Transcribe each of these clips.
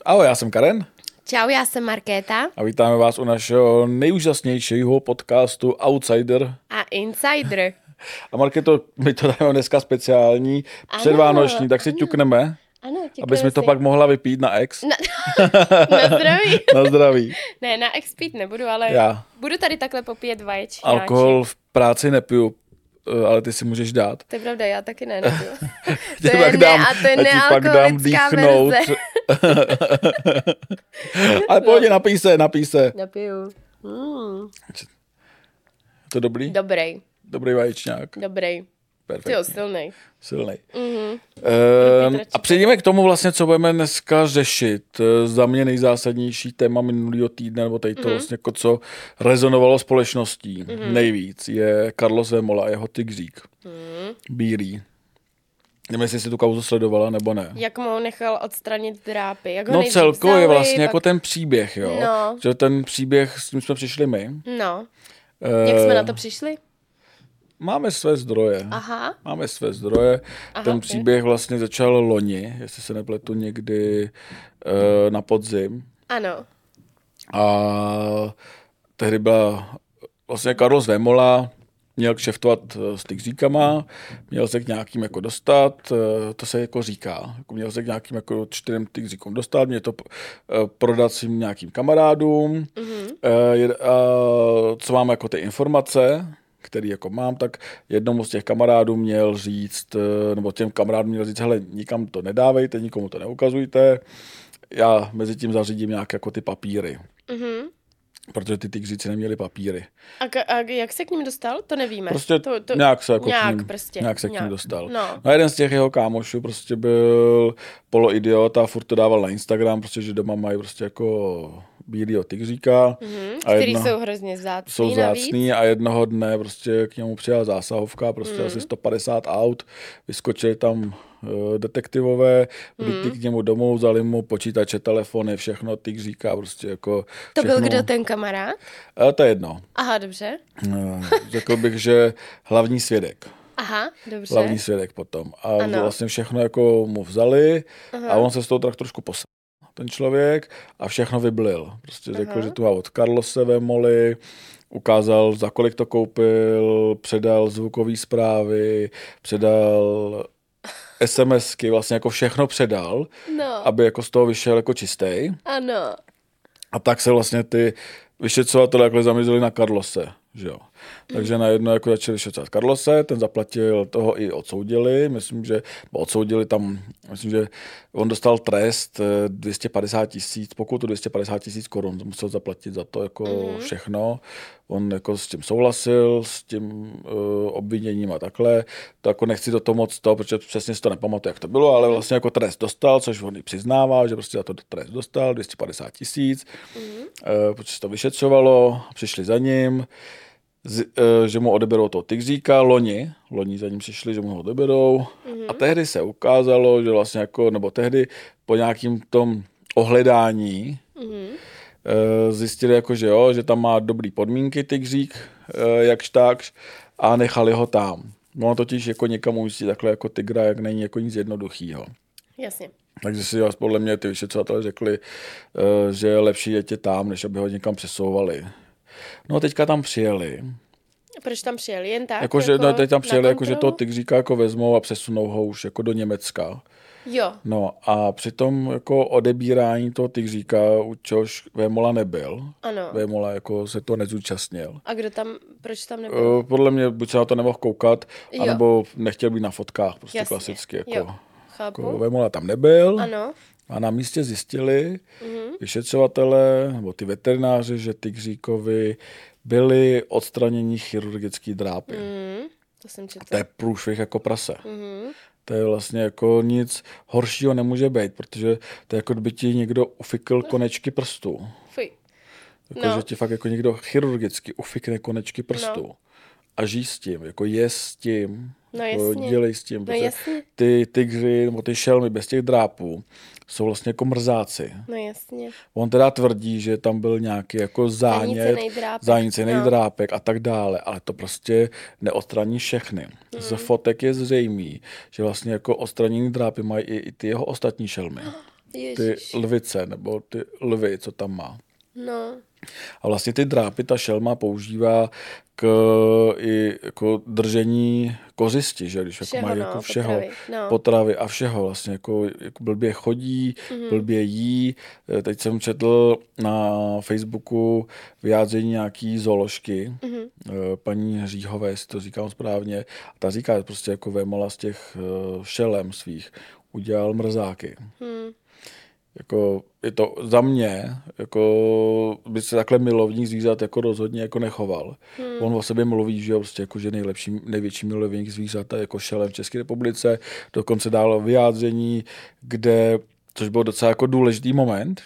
Ahoj, já jsem Karen. Čau, já jsem Markéta. A vítáme vás u našeho nejúžasnějšího podcastu Outsider A Insider. A Markéto, my to dáme dneska speciální, předvánoční, tak si ťukneme, Ano, abys mi to pak mohla vypít na ex. Na zdraví. Na zdraví. Ne, na ex pít nebudu, ale budu tady takhle popíjet vaječňáček. Alkohol v práci nepiju, ale ty si můžeš dát. To je pravda, já taky nepiju. To je pak dám dýchnout. Ale pohodě, napij se. Napiju. To dobrý? Dobrý vaječňák. Dobrý. Perfektní. Silnej. Mm-hmm. A přejdeme k tomu vlastně, co budeme dneska řešit. Za mě nejzásadnější téma minulého týdne, nebo tady to vlastně jako co rezonovalo společností nejvíc, je Carlos Vémola a jeho tygřík. Bílý. Nevím, jestli jsi tu kauzu sledovala, nebo ne. Jak mu nechal odstranit drápy. Jak ho celkově vlastně jako ten příběh, jo. No. Že ten příběh, s tím jsme přišli my. No. Jak jsme na to přišli? Máme své zdroje. Aha. Ten příběh vlastně začal loni, jestli se nepletu, někdy na podzim. Ano. A tehdy byla vlastně Carlos Vémola, měl kšeftovat s tygříkama, měl se k nějakým jako dostat, to se jako říká, jako měl se k nějakým jako 4 tygříkům dostat, měl to prodat svým nějakým kamarádům. Co mám jako ty informace, který jako mám, tak jednomu z těch kamarádů měl říct, nebo těm kamarádům měl říct, hele, nikam to nedávejte, nikomu to neukazujte, já mezi tím zařídím nějaké jako ty papíry. Protože ty tygříci neměli papíry. A jak se k ním dostal? To nevíme. Prostě nějak se k ním dostal. No jeden z těch jeho kámošů prostě byl poloidiot a furt to dával na Instagram, prostě, že doma mají prostě jako bílýho tygříka. Který jsou hrozně vzácný. Jsou vzácný a jednoho dne prostě k němu přijela zásahovka, prostě asi 150 aut, vyskočili tam detektivové, byli k němu domů, vzali mu počítače, telefony, všechno, tygříka, prostě jako To všechno. byl kdo ten kamarád? To je jedno. Aha, dobře. Řekl bych, že hlavní svědek. Aha, dobře. Hlavní svědek potom. A vlastně všechno jako mu vzali a on se z toho tak trošku posadil, ten člověk, a všechno vyblil. Prostě řekl, že tu má od Carlose Vémoly, ukázal, za kolik to koupil, předal zvukové zprávy, předal SMSky, vlastně jako všechno předal, aby jako z toho vyšel jako čistý. Ano. A tak se vlastně ty vyšetřovatelé jako zamířili na Carlose, že jo. Takže najednou jako začali vyšetřovat Carlose, ten zaplatil, toho i odsoudili, myslím, že on dostal trest 250 000, pokutu 250 000 korun, musel zaplatit za to jako všechno. On jako s tím souhlasil, s tím obviněním a takhle. To jako nechci do toho moc to, protože přesně si to nepamatuju, jak to bylo, ale vlastně jako trest dostal, což on i přiznává, že prostě za to trest dostal, 250 000, protože se to vyšetřovalo, přišli za ním, že mu odeberou toho tygříka, loni za ním přišli, že mu ho odeberou a tehdy se ukázalo, že vlastně jako, nebo tehdy po nějakým tom ohledání zjistili jako, že jo, že tam má dobrý podmínky tygřík, jakž takž, a nechali ho tam. Ono totiž jako někam umístit takhle jako tygra, jak není jako nic jednoduchýho. Jasně. Takže si podle mě ty vyšetřovatelé řekli, že je lepší jet tam, než aby ho někam přesouvali. No teďka tam přijeli. A proč tam přijeli? Jen tak? Teď tam přijeli, jako, že toho tygříka jako vezmou a přesunou ho už jako do Německa. Jo. No a při tom jako odebírání toho tygříka, u čehož Vémola nebyl. Ano. Vémola jako se to nezúčastnil. A proč tam nebyl? Podle mě buď se na to nemohl koukat, anebo nechtěl být na fotkách, prostě jasně, klasicky. Jako, chápu. Vémola tam nebyl. Ano. A na místě zjistili vyšetřovatelé nebo ty veterináři, že tygříkovi byly odstraněni chirurgické drápy. To jsem četla. To je průšvih jako prase. To je vlastně jako nic horšího nemůže být, protože to je jako kdyby ti někdo ufikl konečky prstů. Fuj. Jako, že ti fakt jako někdo chirurgicky ufikne konečky prstů. A žij s tím, jako je s tím. No jasně. Dělej s tím. Ty tygři nebo ty šelmy bez těch drápů jsou vlastně jako mrzáci. No jasně. On teda tvrdí, že tam byl nějaký jako zánět, zanícený drápek a tak dále, ale to prostě neodstraní všechny. Z fotek je zřejmý, že vlastně jako odstraněný drápy mají i ty jeho ostatní šelmy. ty lvice, nebo ty lvy, co tam má. No. A vlastně ty drápy ta šelma používá k i jako držení kořisti, že když všeho, jako mají jako všeho, potravy a všeho vlastně jako blbě chodí, blbě jí. Teď jsem četl na Facebooku vyjádření nějaký zooložky, paní Hříhové, jestli to říkám správně, a ta říká prostě jako vémola z těch šelem svých udělal mrzáky. Jako je to za mě, jako by se takhle milovník zvířat jako rozhodně jako nechoval. On o sobě mluví, že prostě jako, že největší milovník zvířat jako šelem v České republice, dokonce dál vyjádření, kde, což byl docela jako důležitý moment,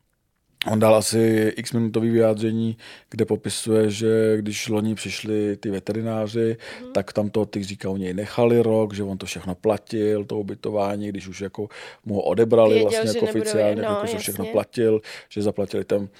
on dal asi x-minutový vyjádření, kde popisuje, že když loni přišli ty veterináři, tak tam toho tygříka u něj nechali rok, že on to všechno platil, to ubytování, když už jako mu ho odebrali věděl, vlastně jako oficiálně, jako že všechno platil, že zaplatili tam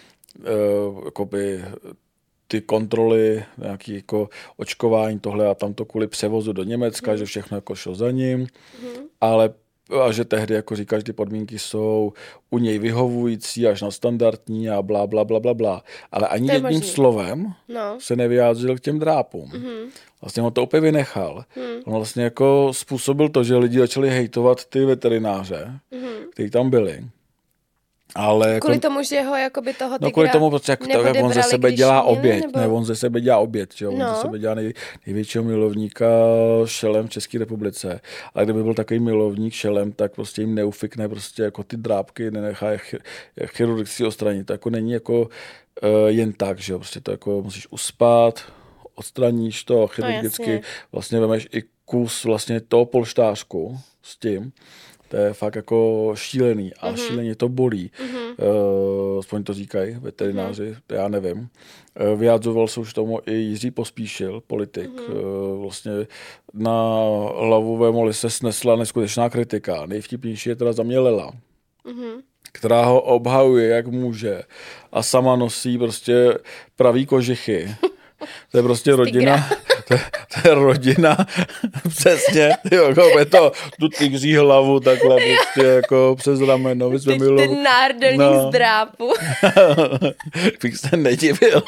jakoby ty kontroly, nějaké jako očkování, tohle a tamto kvůli převozu do Německa, že všechno jako šlo za ním, ale a že tehdy, jako říkáš, ty podmínky jsou u něj vyhovující až na standardní a blá, blá, blá, blá, blá. Ale ani jedním slovem se nevyjádřil k těm drápům. Vlastně on to opět vynechal. On vlastně jako způsobil to, že lidi začali hejtovat ty veterináře, kteří tam byli. Ale jako, kvůli tomu, že ho jakoby toho tygra kvůli tomu, protože jak on ze sebe dělá oběť. Nebo... Ne, on ze sebe dělá oběť. Že? On ze sebe dělá největšího milovníka šelem v České republice. Ale kdyby byl takový milovník šelem, tak prostě jim neufikne prostě jako ty drápky, nenechá je chirurgicky odstranit. To jako není jako jen tak, že jo. Prostě to jako musíš uspat, odstraníš to chirurgicky, vlastně vemeš i kus vlastně toho polštářku s tím. To je fakt jako šílený a šíleně to bolí. Aspoň to říkají veterináři, to já nevím. Vyjádřoval se už tomu i Jiří Pospíšil, politik. Vlastně na hlavu vémoli se snesla neskutečná kritika. Nejvtipnější je teda za mě Lela, která ho obhajuje, jak může. A sama nosí prostě pravý kožichy. To je prostě rodina, to je rodina, přesně, jako to, tu tygří hlavu takhle prostě jako přes rameno. Ten náhrdelník z drápu. Bych se nedivil.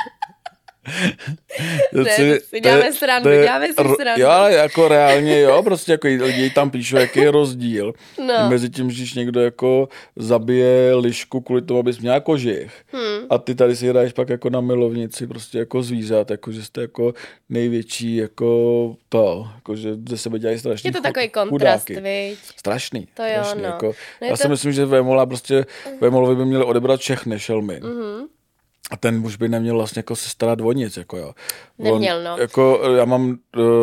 Děláme srandu. Jo, jako reálně, jo, prostě jako lidi tam píšou, jaký je rozdíl. Mezi tím, když někdo jako zabije lišku kvůli tomu, abys měl kožich. A ty tady si hraješ pak jako na milovnici, prostě jako zvířat, jako že jste jako největší, jako to, jako že ze sebe dělají strašný je to takový kontrast, viď? Strašný. To jo, strašný, no. Jako, já si myslím, že Vémolovi by měli odebrat všechny šelmy. A ten už by neměl vlastně jako se starat o nic, jako jo. Neměl, no. Jako já mám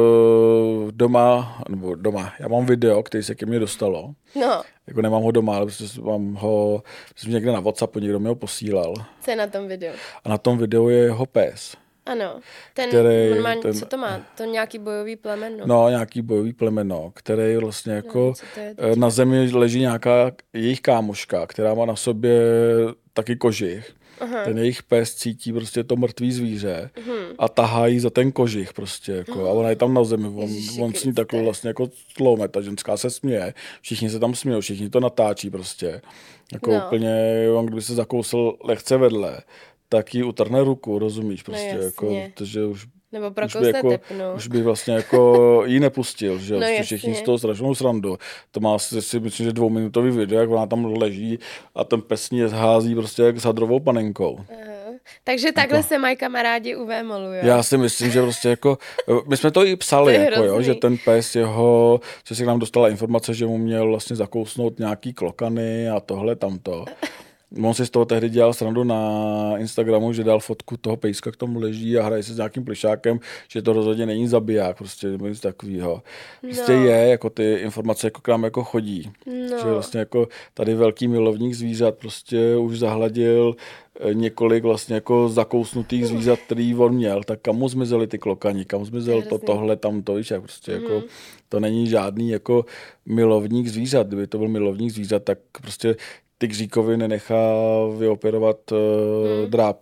doma, já mám video, který se ke mně dostalo. No. Jako nemám ho doma, ale prostě mám ho, jsem někde na WhatsAppu, někdo mi ho posílal. Co je na tom videu? A na tom videu je jeho pes. Ano, co to má? To nějaký bojový plemeno? No, nějaký bojový plemeno, který vlastně jako na zemi leží nějaká jejich kámoška, která má na sobě taky kožich. Ten jejich pes cítí prostě to mrtvý zvíře a tahá jí za ten kožich prostě jako. A ona je tam na zemi, on s ní takhle vlastně jako tloume, ta ženská se směje, všichni se tam smějou, všichni to natáčí prostě. Jako úplně, on kdyby se zakousl lehce vedle, tak jí utrhne ruku, rozumíš prostě, jako, protože už nebo už by vlastně jako jí nepustil, že jo, všichni z toho strašnou srandu. To má si myslím, že 2minutový video, jak ona tam leží a ten pes ní hází prostě jak s hadrovou panenkou. Takže takhle se mají kamarádi u Vémolu, jo? Já si myslím, že prostě jako, my jsme to i psali, jako jo, že ten pes jeho, že se k nám dostala informace, že mu měl vlastně zakousnout nějaký klokany a tohle tamto. On si z toho tehdy dělal srandu na Instagramu, že dal fotku toho pejska, k tomu leží a hraje se s nějakým plišákem, že to rozhodně není zabiják, prostě nic takového. Prostě je, jako ty informace jako k nám jako chodí. Že vlastně jako tady velký milovník zvířat prostě už zahladil několik vlastně jako zakousnutých zvířat, který on měl, tak kam mu zmizely ty klokani, kam zmizel tohle, tamto, víš, jak prostě jako to není žádný jako milovník zvířat. Kdyby to byl milovník zvířat, tak prostě tygříkovi nenechá vyoperovat drápy.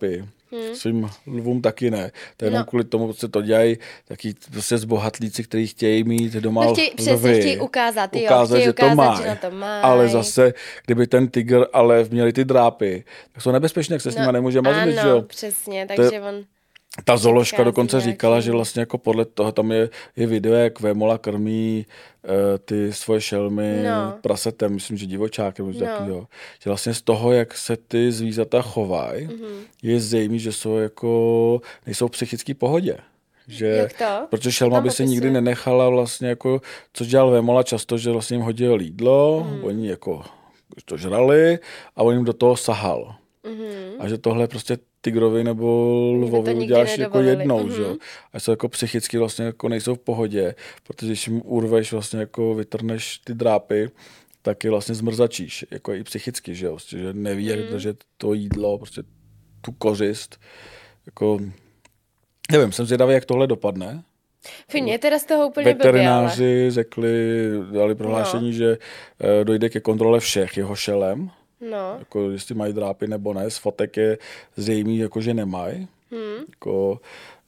Svým lvům taky ne. To jenom kvůli tomu, co to dělají, taky prostě zbohatlíci, kteří chtějí mít doma lvy. Chtějí ukázat, že to mají. Ale zase, kdyby ten tygr a lev měli ty drápy, tak jsou nebezpečné, jak se s nimi nemůže mazlit, že jo? Přesně, takže on... Ta zooložka dokonce říkala, že vlastně jako podle toho, tam je video, jak vémola krmí ty svoje šelmy prasetem, myslím, že divočákem, takovýho. Že vlastně z toho, jak se ty zvířata chovají, je zřejmé, že jsou jako, nejsou v psychické pohodě. Že, protože šelma by se nikdy nenechala vlastně jako, co dělal vémola často, že vlastně jim hodil jídlo, oni jako to žrali a on jim do toho sahal. A že tohle prostě tygrovi nebo lvovi uděláš jako jednou, že jo. A jsou jako psychicky vlastně jako nejsou v pohodě, protože když jim urveš vlastně jako vytrhneš ty drápy, tak je vlastně zmrzačíš, jako i psychicky, že jo. Prostě, že neví, jak držet to jídlo, prostě tu kořist. Jako, nevím, jsem zvědavý, jak tohle dopadne. Fině, teda z toho úplně veterináři dali prohlášení, že dojde ke kontrole všech jeho šelem. Jako, jestli mají drápy nebo ne, z fotek je zřejmý, jako, že nemají. Jako,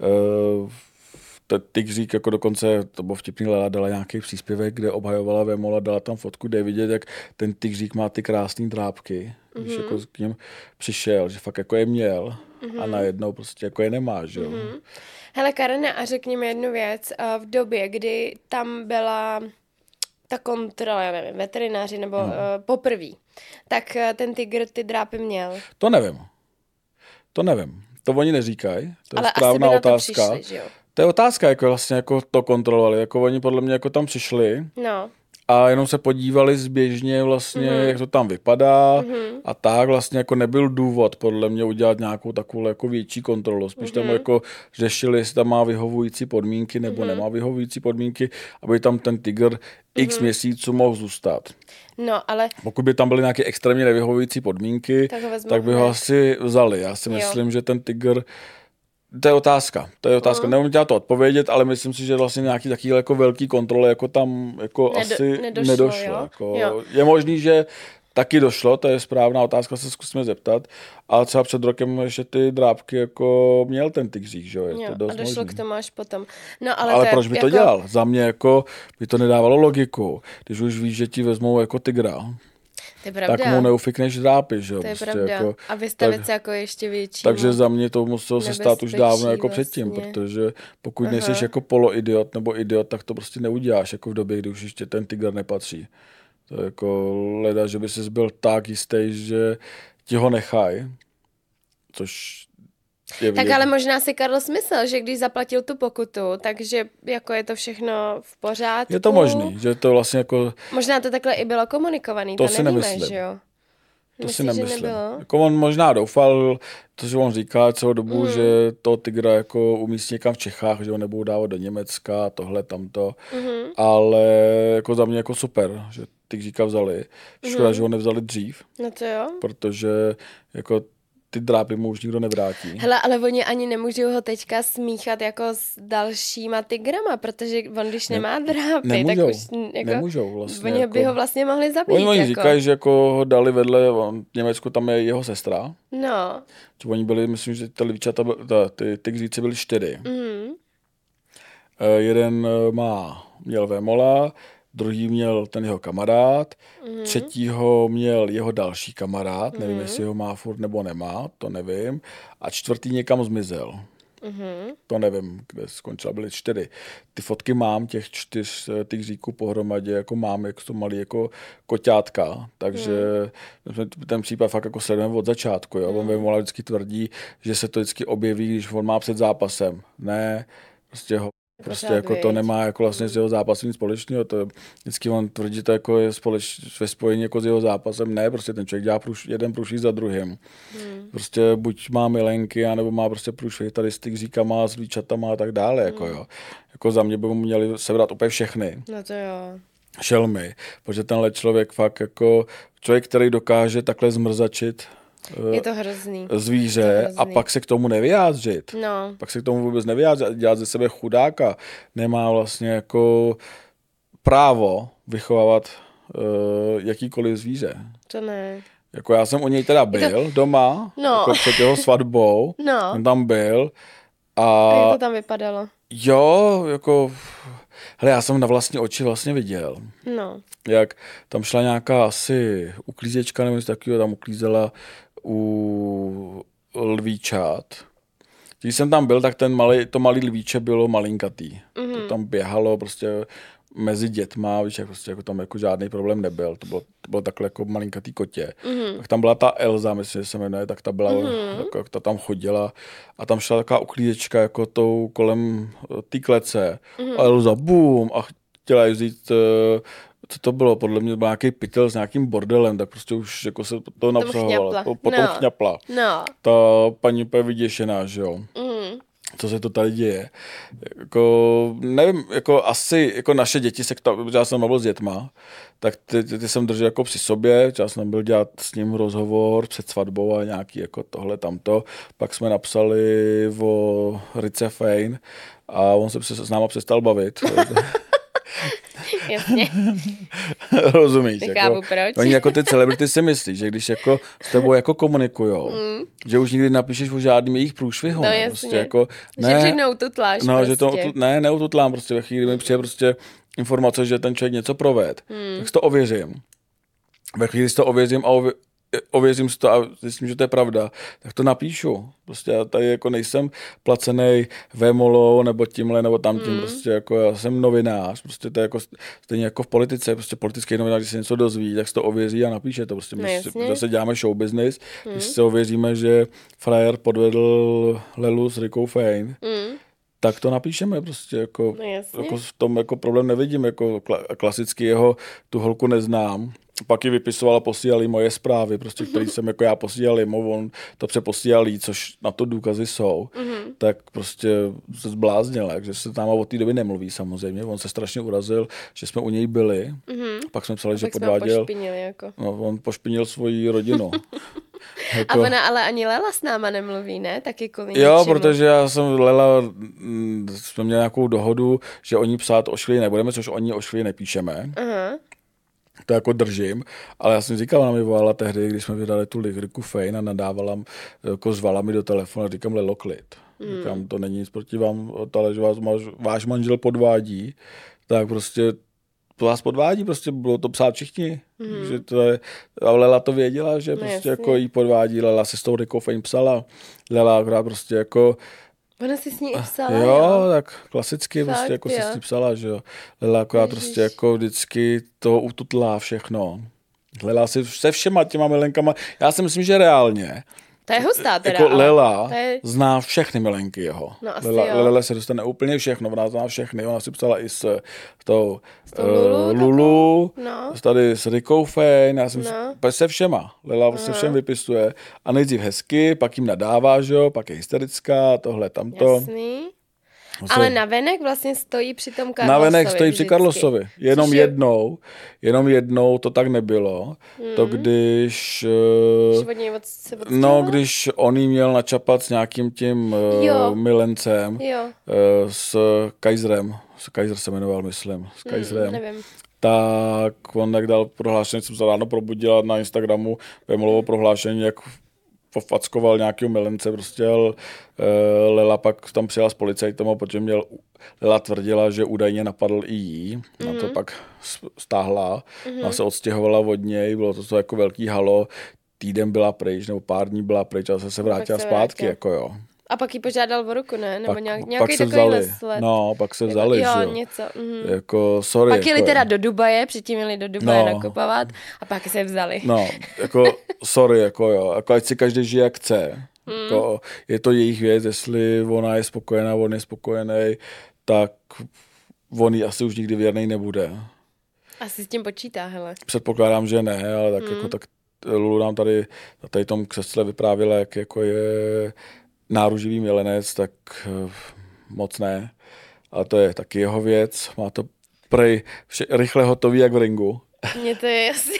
tygřík jako dokonce, to bylo vtipný, Lela dala nějaký příspěvek, kde obhajovala vémola, dala tam fotku, kde je vidět, jak ten tygřík má ty krásné drápky, když jako k něm přišel, že fakt jako je měl a najednou prostě jako je nemá, že jo. Hele Karena, a řekni mi jednu věc, v době, kdy tam byla ta kontrola, já nevím, veterináři nebo poprví, tak ten tygr ty drápy měl? To nevím. To oni neříkají. To je správná otázka. Přišli, že jo? To je otázka, jako vlastně jako to kontrolovali. Jako oni podle mě jako tam přišli a jenom se podívali zběžně vlastně, jak to tam vypadá a tak vlastně jako nebyl důvod podle mě udělat nějakou takovou jako větší kontrolu. Spíš tam jako řešili, jestli tam má vyhovující podmínky nebo nemá vyhovující podmínky, aby tam ten tygr x měsíců mohl zůstat. No, ale... Pokud by tam byly nějaké extrémně nevyhovující podmínky, tak by ho asi vzali. Já si myslím, že ten tygr... To je otázka. Neumím to odpovědět, ale myslím si, že vlastně nějaký takový jako velký kontroly jako tam jako asi nedošlo. Jako, je možný, že taky došlo, to je správná otázka, se zkusíme zeptat. Ale třeba před rokem ještě ty drápky jako měl ten tygřík, že jo? A došlo možný. K tomu až potom. No, ale proč by to dělal? Za mě jako by to nedávalo logiku, když už víš, že ti vezmou jako tygra. Tak mu neufikneš drápy, že jo? To je pravda. Jako, a vystavit se jako ještě větší. Takže za mě to muselo se stát už dávno jako vlastně. Předtím, protože pokud nejseš jako poloidiot nebo idiot, tak to prostě neuděláš jako v době, kdy už ještě ten tygr nepatří. To je jako leda, že by ses byl tak jistý, že ti ho nechají, což je vidět. Tak ale možná si Karl myslel, že když zaplatil tu pokutu, takže jako je to všechno v pořádku. Je to možný, že to vlastně jako... Možná to takhle i bylo komunikovaný, to si nevíme, nemyslím. Že jo? To si nemyslím. Jako on možná doufal, to, že on říká celou dobu, že to tygra jako umístí někam v Čechách, že ho nebudou dávat do Německa, tohle, tamto. Ale jako za mě jako super, že tygříka vzali. Škoda, že ho nevzali dřív. No to jo. Protože jako ty drápy mu už nikdo nevrátí. Hele, ale oni ani nemůžou ho teďka smíchat jako s dalšíma tygrama, protože on když nemá drápy, nemůžou, tak už jako, nemůžou vlastně. Oni by ho vlastně mohli zabít. Oni jako. Říkají, že jako ho dali vedle, v Německu tam je jeho sestra. No. Oni byli, myslím, že ty lvičata, ty tygříci byli 4. Jeden měl vémola, druhý měl ten jeho kamarád, třetího měl jeho další kamarád, nevím, jestli ho má furt nebo nemá, to nevím, a čtvrtý někam zmizel. To nevím, kde skončila, byly 4. Ty fotky mám, těch 4 tygříků pohromadě, jako mám, jak to malý jako koťátka, takže ten případ fakt jako sledujeme od začátku. Jo? On vémola vždycky tvrdí, že se to vždycky objeví, když on má před zápasem. Ne, prostě jako to nemá jako vlastně s jeho zápasem nic společného. To vždycky on tvrdí, to jako je ve spojení jako s jeho zápasem. Ne, prostě ten člověk dělá jeden průšvih za druhým. Prostě buď má milenky, anebo má prostě průšvih tady s tygříkama, s líčatama a tak dále. Jako, jo. Jako za mě by mu měli sebrat úplně všechny. No to jo. Šelmy, protože tenhle člověk fakt jako člověk, který dokáže takhle zmrzačit je to hrozný. Zvíře a pak se k tomu nevyjádřit. No. Pak se k tomu vůbec nevyjádřit, dělat ze sebe chudáka. Nemá vlastně jako právo vychovávat jakýkoliv zvíře. To ne. Jako já jsem u něj teda byl doma, jako před jeho svatbou, on tam byl. A jak to tam vypadalo? Jo, jako, hele, já jsem na vlastní oči vlastně viděl, jak tam šla nějaká asi uklízečka nebo něco takového, tam uklízela u lvíčat. Když jsem tam byl, tak to malý lvíče bylo malinkatý. To tam běhalo prostě mezi dětma, víš, prostě jako tam jako žádný problém nebyl. To bylo takhle jako malinkatý kotě. Tak tam byla ta Elza, myslím, že se jmenuje, tak ta byla, ta tam chodila a tam šla taková uklízečka jako tou kolem té klece. A Elza, bum, a chtěla jí vzít, co to bylo, podle mě byl nějaký pytel s nějakým bordelem, tak prostě už jako se to napřahovala. Potom chňapla. Ta paní úplně vyděšená, že jo. Co se to tady děje. Jako, nevím, jako asi jako naše děti, já jsem byl s dětma, tak ty jsem držel jako při sobě, já jsem byl dělat s ním rozhovor před svatbou a nějaký jako tohle tamto. Pak jsme napsali o Rice Fein a on se s náma přestal bavit. Jasně. Rozumíš? Nechápu, jako, proč. Oni jako ty celebrity si myslí, že když jako s tebou jako komunikujou, že už nikdy napíšeš o žádným jejich průšvihu. No, prostě jako, ne, že neututláš no, prostě. Že to, neututlám prostě ve chvíli, mi přijde prostě informace, že ten člověk něco proved. Tak si to ověřím. Ve chvíli si to ověřím a ověřím si to a zjistím, že to je pravda, tak to napíšu. Prostě já tady jako nejsem placený Vémolou nebo tímhle nebo tamtím, prostě jako já jsem novinář, prostě to je jako stejně jako v politice, prostě politický novinář, když se něco dozví, tak se to ověří a napíše to. Prostě my zase děláme show business, když se ověříme, že frajer podvedl Lelu s Ricou Fein, tak to napíšeme prostě, jako v tom jako problém nevidím, jako klasicky jeho tu holku neznám. Pak ji vypisoval a posílal jí moje zprávy, prostě, který jsem jako já posílal jim, on to přeposílal jí, což na to důkazy jsou, tak prostě se zbláznil, takže se tam od té doby nemluví samozřejmě, on se strašně urazil, že jsme u něj byli, pak jsme psali, že podváděl, jako. No, on pošpinil svoji rodinu. Jako... A ona ale ani Lela s náma nemluví, ne? Taky kvůli Jo, něčemu. protože já jsem Lela, jsme měli nějakou dohodu, že oni psát o švili nebudeme, což oni o švili nepíšeme. To jako držím, ale já jsem říkal, ona mi volala tehdy, když jsme vydali tu Ricu Fein a nadávala, jako zvala mi do telefonu a říkám, Lelo, klid. Říkám, to není nic proti vám, ale že váš manžel podvádí, tak prostě vás podvádí, prostě bylo to psát všichni. Že to je, a Lela to věděla, že prostě jako jí podvádí, Lela se s tou Ricou Fein psala, Lela akorát prostě jako ona si s ní i psala, jo? Tak klasicky fakt, prostě jako si s ní psala, že jo. Lela akorát prostě jako vždycky to ututlá všechno. Lela si se všema těma milenkama, já si myslím, že reálně. To je hustá teda. Jako Lela zná všechny milenky jeho. No asi Lela se dostane úplně všechno, ona zná všechny. Ona si psala i s tou Lulu, tady s Ricou Fein, já jsem se všema. Lela se všem vypisuje a nejdřív hezky, pak jim nadává, že jo, pak je hysterická, tohle, tamto. Jasný. Ale navenek vlastně stojí při tom Carlosovi. Navenek stojí při Carlosovi. Jenom jednou to tak nebylo. To když když on jí měl načapat s nějakým tím milencem, s Kaiserem. Kaiser se jmenoval, myslím. S Kaiserem. Nevím. Tak on tak dal prohlášení, jsem se ráno probudila na Instagramu, Vémolovo prohlášení, jak pofackoval nějakého milence, prostě Lela pak tam přijela s policajtem, protože Lela tvrdila, že údajně napadl i jí, na to pak stáhla, a se odstěhovala od něj, bylo to jako velký halo, týden byla pryč, nebo pár dní byla pryč, a se vrátila zpátky, jako jo. A pak ji požádal o ruku, ne? Nebo nějaký takový sled. No, pak se vzali, jo. Jo, něco. Jako, sorry. Pak jeli teda do Dubaje, předtím jeli do Dubaje nakopávat a pak se vzali. No, jako, sorry, jako jo. Jako ať si každý žije, jak chce. Jako, je to jejich věc, jestli ona je spokojená, on je spokojený, tak on jí asi už nikdy věrnej nebude. Asi s tím počítá, hele. Předpokládám, že ne, ale tak jako tak Lulu nám tady tom křesle vyprávěla, jak jako je náruživý milenec, tak moc ne. Ale to je taky jeho věc. Má to prej rychle hotový, jak v ringu. Mně to je jasný.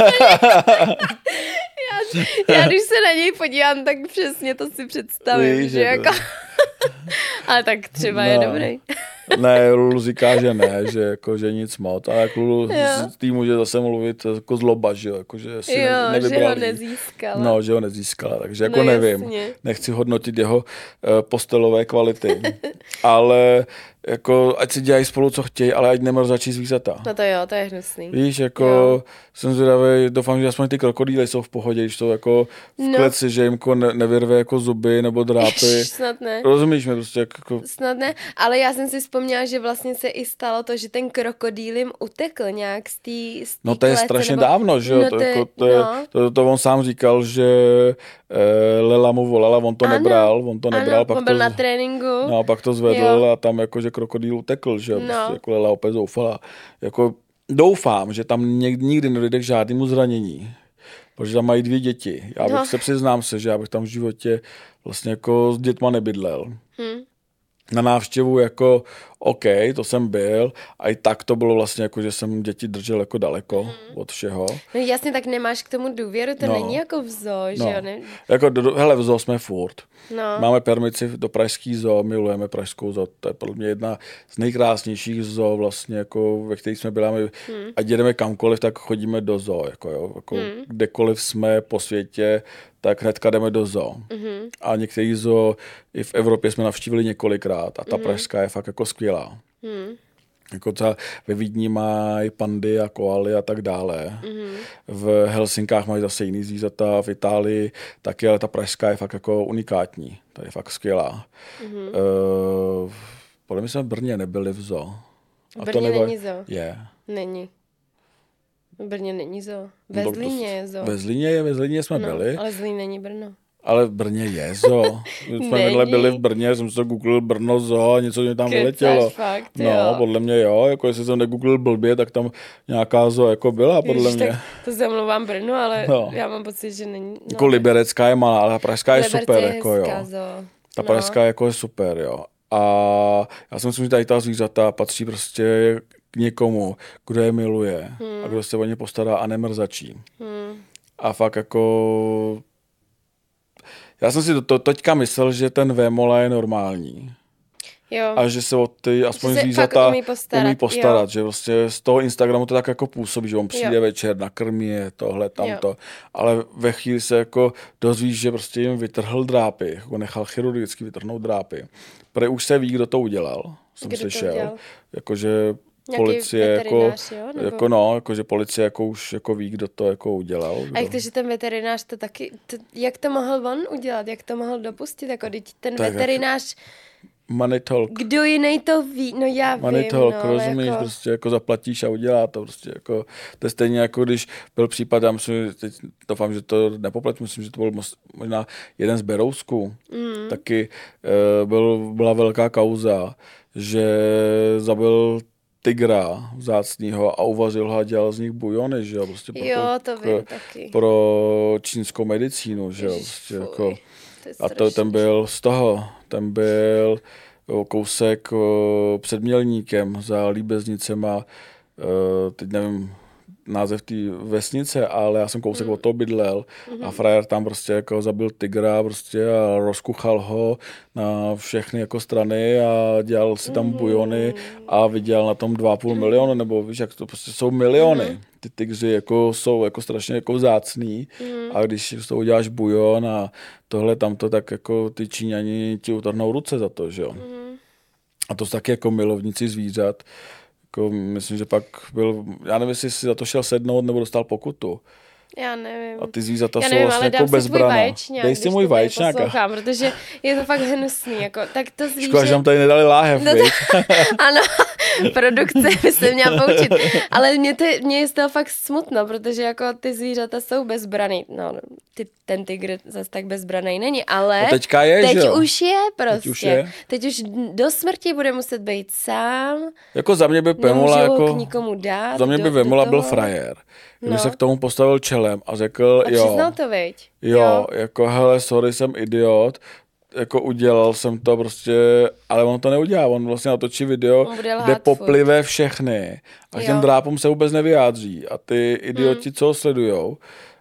já když se na něj podívám, tak přesně to si představím. Víš, že jako... Ale tak třeba je dobrý. Ne, Lulu říká, že ne, že, jako, že nic moc. A jak Lulu z tý může zase mluvit jako zloba, že jo, jako, že si že ho nezískala. No, že ho nezískala, takže jako nevím. Jasně. Nechci hodnotit jeho postelové kvality. Ale jako, ať si dělají spolu, co chtějí, ale ať nemrzačí zvířata. No to jo, to je hnusný. Víš, jako jsem zvědavý, doufám, že aspoň ty krokodýly jsou v pohodě, když jsou jako v kleci, že jim jako nevyrve jako zuby nebo drápy. Snad ne. Rozumíš mi prostě jako... Snad ne, ale já jsem si vzpomněla, že vlastně se i stalo to, že ten krokodýl jim utekl nějak z té No to je strašně dávno, že jo, no to on sám říkal, že Lela mu volala, on to nebral, pak on byl na tréninku. No a pak to zvedl a tam jako, že krokodýl utekl, že jo, prostě jako Lela opět zoufala. Jako doufám, že tam nikdy nedojde k žádnému zranění, protože tam mají 2 děti. Já bych se přiznám se, že já bych tam v životě vlastně jako s dětma nebydlel. Na návštěvu jako OK, to jsem byl a i tak to bylo vlastně jako, že jsem děti držel jako daleko od všeho. No jasně, tak nemáš k tomu důvěru, to není jako v zoo, že jo? Ne? Jako, hele, v zoo jsme furt. No. Máme permici do pražský zoo, milujeme pražskou zoo, to je podle mě jedna z nejkrásnějších zoo vlastně, jako, ve kterých jsme byli. Ať jedeme kamkoliv, tak chodíme do zoo, jako, jo, jako, kdekoliv jsme po světě, tak hnedka jdeme do zoo. A některý zoo i v Evropě jsme navštívili několikrát a ta pražská je fakt jako skvělá. Jako třeba ve Vídni mají pandy a koaly a tak dále. V Helsinkách mají zase jiný zvířata, v Itálii taky, ale ta pražská je fakt jako unikátní. Ta je fakt skvělá. Podle mě jsme v Brně nebyli v zoo. V Brně není zoo? Je. Není. V Brně není zoo. Ve Zlíně je zoo. Ve Zlíně jsme byli. Ale Zlín není Brno. Ale v Brně je zoo. Jsme byli v Brně, jsem si to googlil Brno zoo a něco mi tam vyletělo. Fakt, no, podle mě jo, jako jestli jsem negooglil blbě, tak tam nějaká zoo jako byla, podle mě. Tak to se omlouvám Brnu, ale já mám pocit, že není. No, jako Liberecká je malá, ale pražská je super, jako jo. Zoo. Ta pražská jako je super, jo. A já si myslím, že tady ta zvířata patří prostě k někomu, kdo je miluje a kdo se o ně postará a nemrzačí. A fakt jako... Já jsem si teďka myslel, že ten vémola je normální. Jo. A že se o ty aspoň zvířata umí postarat, že vlastně z toho Instagramu to tak jako působí, že on přijde večer, nakrmí je, tohle, tamto, ale ve chvíli se jako dozvíš, že prostě jim vytrhl drápy, jako nechal chirurgicky vytrhnout drápy. Protože už se ví, kdo to udělal, jsem slyšel, jakože policie jako policie jako už jako ví, kdo to jako udělal. A jak to, že ten veterinář to taky, jak to mohl on udělat, jak to mohl dopustit, jako ten tak veterinář Money talk. Kdo jiný to ví? No já Money vím. talk, no, rozumíš, jako... prostě jako zaplatíš a udělá to prostě jako, to je stejně jako když byl případ, já myslím, teď doufám, že to nepopletu, myslím, že to byl možná jeden z Berousků, taky byla velká kauza, že zabil tygra vzácnýho a uvařil ho a dělal z nich bujony, že jo, prostě pro čínskou medicínu, že jo, prostě jako, a ten byl kousek před Mělníkem za Líbeznicema, teď nevím název té vesnice, ale já jsem kousek od toho bydlel a frajer tam prostě jako zabil tygra prostě a rozkuchal ho na všechny jako strany a dělal si tam bujony a vydělal na tom 2,5 milionu, nebo víš, jak to prostě jsou miliony. Ty tygři jako jsou jako strašně jako vzácný a když z toho uděláš bujon a tohle tamto, tak jako ty Číňani ti utrhnou ruce za to, že jo. A to jsou taky jako milovníci zvířat. Jako, myslím, že pak byl, já nevím, jestli si za to šel sednout nebo dostal pokutu. Já nevím. A ty zvířata jsou vlastně jako bezbraná. Dej si můj vaječňák. Protože je to fakt hnusný. Jako, tak to zvíře... Škoda, že nám tady nedali láhev, no ano, produkce by se měla poučit. Ale mě je z toho fakt smutno, protože jako ty zvířata jsou bezbraný. No, ten tygr zase tak bezbraný není, ale no teďka je, teď že? Už je prostě. Teď už do smrti bude muset být sám. Jako za mě by Vemola jako... k nikomu dát. Za mě by Vemola byl frajer. Kdyby se k tomu postavil čelem a řekl, a přiznal to, veď? Jo, jako hele, sorry, jsem idiot, jako udělal jsem to prostě, ale on to neudělá, on vlastně natočí video, kde poplive všechny a těm drápům se vůbec nevyjádří a ty idioti, co ho sledujou,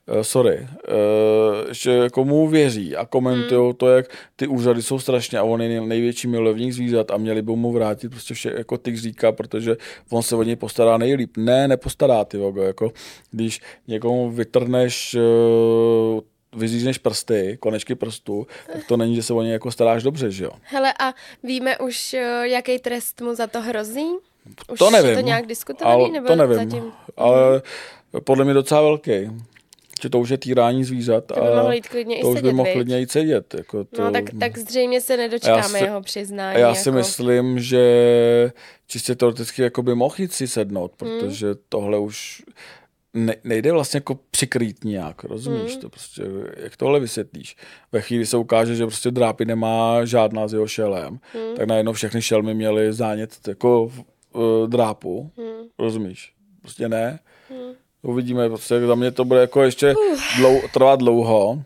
že jako mu věří a komentujou to, jak ty úřady jsou strašně a on je největší milovník zvířat a měli by mu vrátit prostě vše, jako ty říká, protože on se o něj postará nejlíp. Ne, nepostará, ty vogo, jako když někomu vytrhneš vyřízneš prsty, konečky prstů, tak to není, že se o něj jako staráš dobře, že jo? Hele, a víme už, jaký trest mu za to hrozí? Už to nevím. Je to nějak diskutovaný? Nebo to nevím, zatím? ale podle mě docela velký. Že to už je týrání zvířat to by mohlo jít klidně to i už sedět, by mohl klidně jít sedět. Jako to... No tak zřejmě se nedočkáme jeho přiznání. Já si myslím, že čistě teoreticky jako by mohl jít si sednout, protože tohle už nejde vlastně jako přikrýt nějak, rozumíš? To prostě, jak tohle vysvětlíš? Ve chvíli se ukáže, že prostě drápy nemá žádná s jeho šelem, tak najednou všechny šelmy měly zánět jako drápu, rozumíš? Prostě ne. Uvidíme, prostě za mě to bude jako ještě trvat dlouho,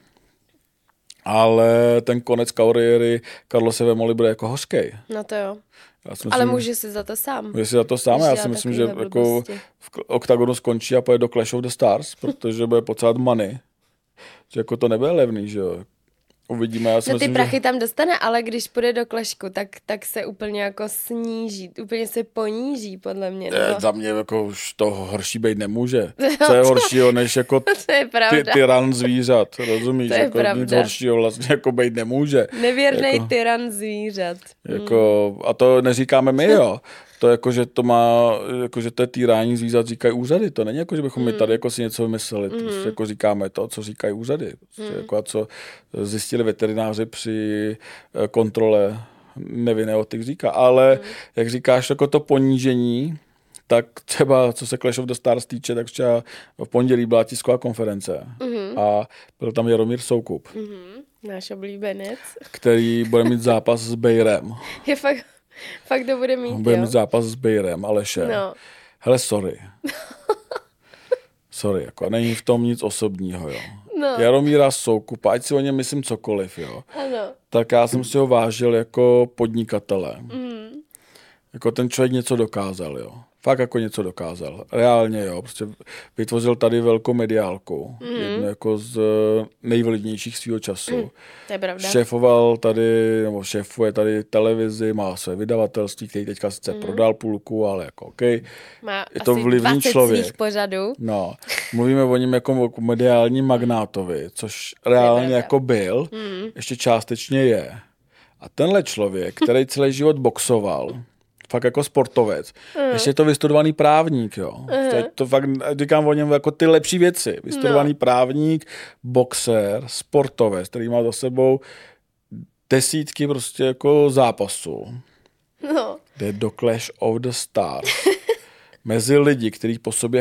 ale ten konec kariéry Carlose Vemoli bude jako hořkej. No to jo. Myslím, ale může si za to sám. Může si za to sám, já si myslím, že jako v Octagonu skončí a pojede do Clash of the Stars, protože bude potřebovat money. Že jako to nebude levný, že jo. Uvidíme. Já si myslím, ty prachy tam dostane, ale když půjde do Clashku, tak se úplně jako sníží, úplně se poníží, podle mě. Nebo... Za mě jako už to horší být nemůže. Co je horšího, než jako tyran zvířat, rozumíš? To je jako pravda. Nic horšího vlastně jako být nemůže. Nevěrnej jako, tyran zvířat. Jako, a to neříkáme my, jo. To jako, že to má, jako, že to je týrání zvířat, říkají úřady. To není jako, že bychom my tady jako si něco vymysleli. Prostě jako říkáme to, co říkají úřady. Prostě jako, a co zjistili veterináři při kontrole nevinného tygříka. Ale jak říkáš, jako to ponížení, tak třeba, co se Clash of the Stars týče, tak třeba v pondělí byla tisková konference a byl tam Jaromír Soukup. Náš oblíbenec. Který bude mít zápas s Bejrem. Je fakt to bude mít, bude mít zápas s Bejrem, Alešem. No. Hele, sorry. Sorry, jako není v tom nic osobního, jo. No. Jaromíra Soukupa, ať si o něm myslím cokoliv, jo. Ano. Tak já jsem si ho vážil jako podnikatele. Jako ten člověk něco dokázal, jo. Fakt jako něco dokázal. Reálně, jo. Prostě vytvořil tady velkou mediálku. Jednu jako z nejvlivnějších svého času. To je pravda. Šéfoval tady, nebo šéfuje tady televizi, má své vydavatelství, který teďka sice prodal půlku, ale jako okej. Má je to asi vlivný 20 člověk. svých pořadů. No, mluvíme o něm jako mediálním magnátovi, což reálně jako byl, ještě částečně je. A tenhle člověk, který celý život boxoval, fakt jako sportovec. Ještě je to vystudovaný právník, jo. To fakt říkám o něm jako ty lepší věci. Vystudovaný právník, boxer, sportovec, který má za sebou desítky prostě jako zápasů. No. Jde do Clash of the Stars. Mezi lidi, kteří po sobě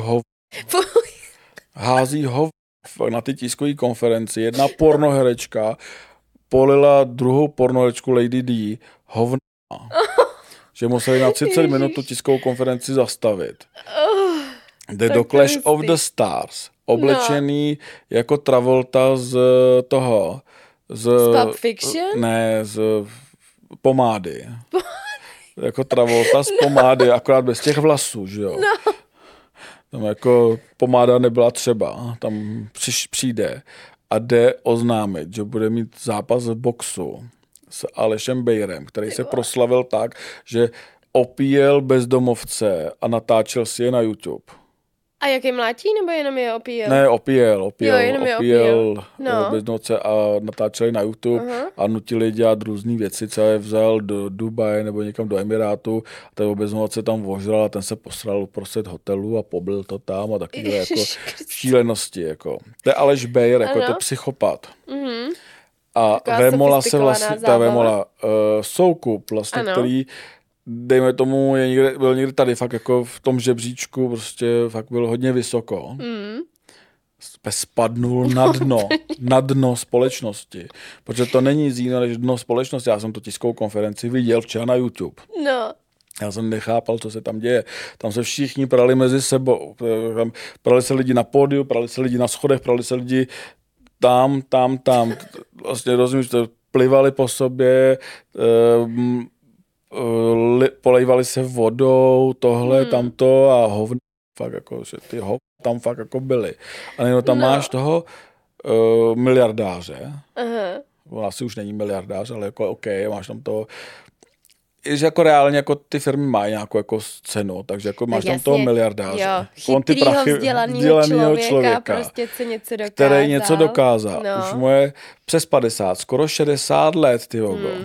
hází na ty tiskové konferenci. Jedna pornoherečka polila druhou pornoherečku Lady D hovna. Že museli na 30 minut tu tiskovou konferenci zastavit. Jde do Clash of the Stars. Oblečený jako Travolta z toho. Z Pulp Fiction? Ne, z pomády. Jako Travolta z pomády, akorát bez těch vlasů, že jo. No. Tam jako pomáda nebyla třeba. Tam přijde a jde oznámit, že bude mít zápas v boxu s Alešem Bejrem, který se proslavil tak, že opíjel bezdomovce a natáčel si je na YouTube. A jak je mlátí, nebo jenom je opíjel? Ne, opíjel no. bezdomovce a natáčeli na YouTube a nutili dělat různý věci, co je vzal do Dubaje nebo někam do Emirátu a ten bezdomovce tam vožral a ten se posral uprostřed hotelu a pobyl to tam a takové jako šílenosti. Jako. To je Aleš Bejr, jako to přechopat. A Vemola se vlastně, Soukup vlastně, který dejme tomu, byl někdy tady fakt jako v tom žebříčku, prostě fakt byl hodně vysoko. Spadnul na dno společnosti. Protože to není nic jiného než dno společnosti. Já jsem tu tiskovou konferenci viděl včera na YouTube. No. Já jsem nechápal, co se tam děje. Tam se všichni prali mezi sebou. Prali se lidi na pódiu, prali se lidi na schodech, prali se lidi tam. Vlastně rozumíš, to plivali po sobě, polejvali se vodou, tohle, tamto a hovno. fakt jako, že ty tam fakt jako byly. A nebo tam máš toho miliardáře, on asi už není miliardář, ale jako OK, máš tam to, že jako reálně jako ty firmy mají nějakou jako cenu, takže jako máš tam toho miliardáře. On ty prachy vzdělanýho člověka, prostě co něco dokázal. Který něco dokázal. Už mu je přes 50, skoro 60 let, ty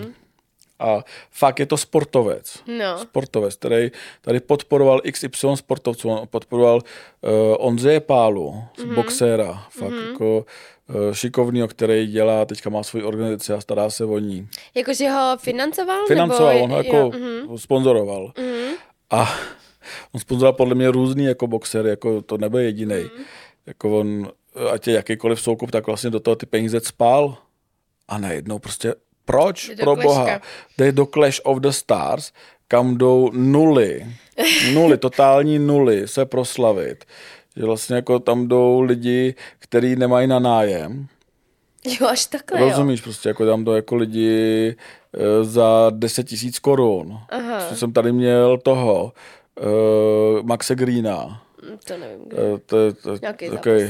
A fakt je to sportovec. Sportovec, který tady podporoval XY sportovců. On podporoval Ondřeje Pálu, boxéra. Fakt jako šikovnýho, který dělá, teďka má svoji organizaci a stará se o ní. Jakože ho financoval? Financoval, on ho jako sponzoroval. A on sponzoroval podle mě různý jako boxer, jako to nebyl jedinej. Jako on, ať je jakýkoliv soukup, tak vlastně do toho ty peníze cpal a najednou prostě proč? Pro boha. Jde do Clash of the Stars, kam jdou nuly, totální nuly se proslavit. Že vlastně jako tam jdou lidi, kteří nemají na nájem. Jo, až takhle, rozumíš, prostě jako tam jdou jako lidi za 10 000 korun. Jsem tady měl toho Maxe Greena. To nevím, nějaký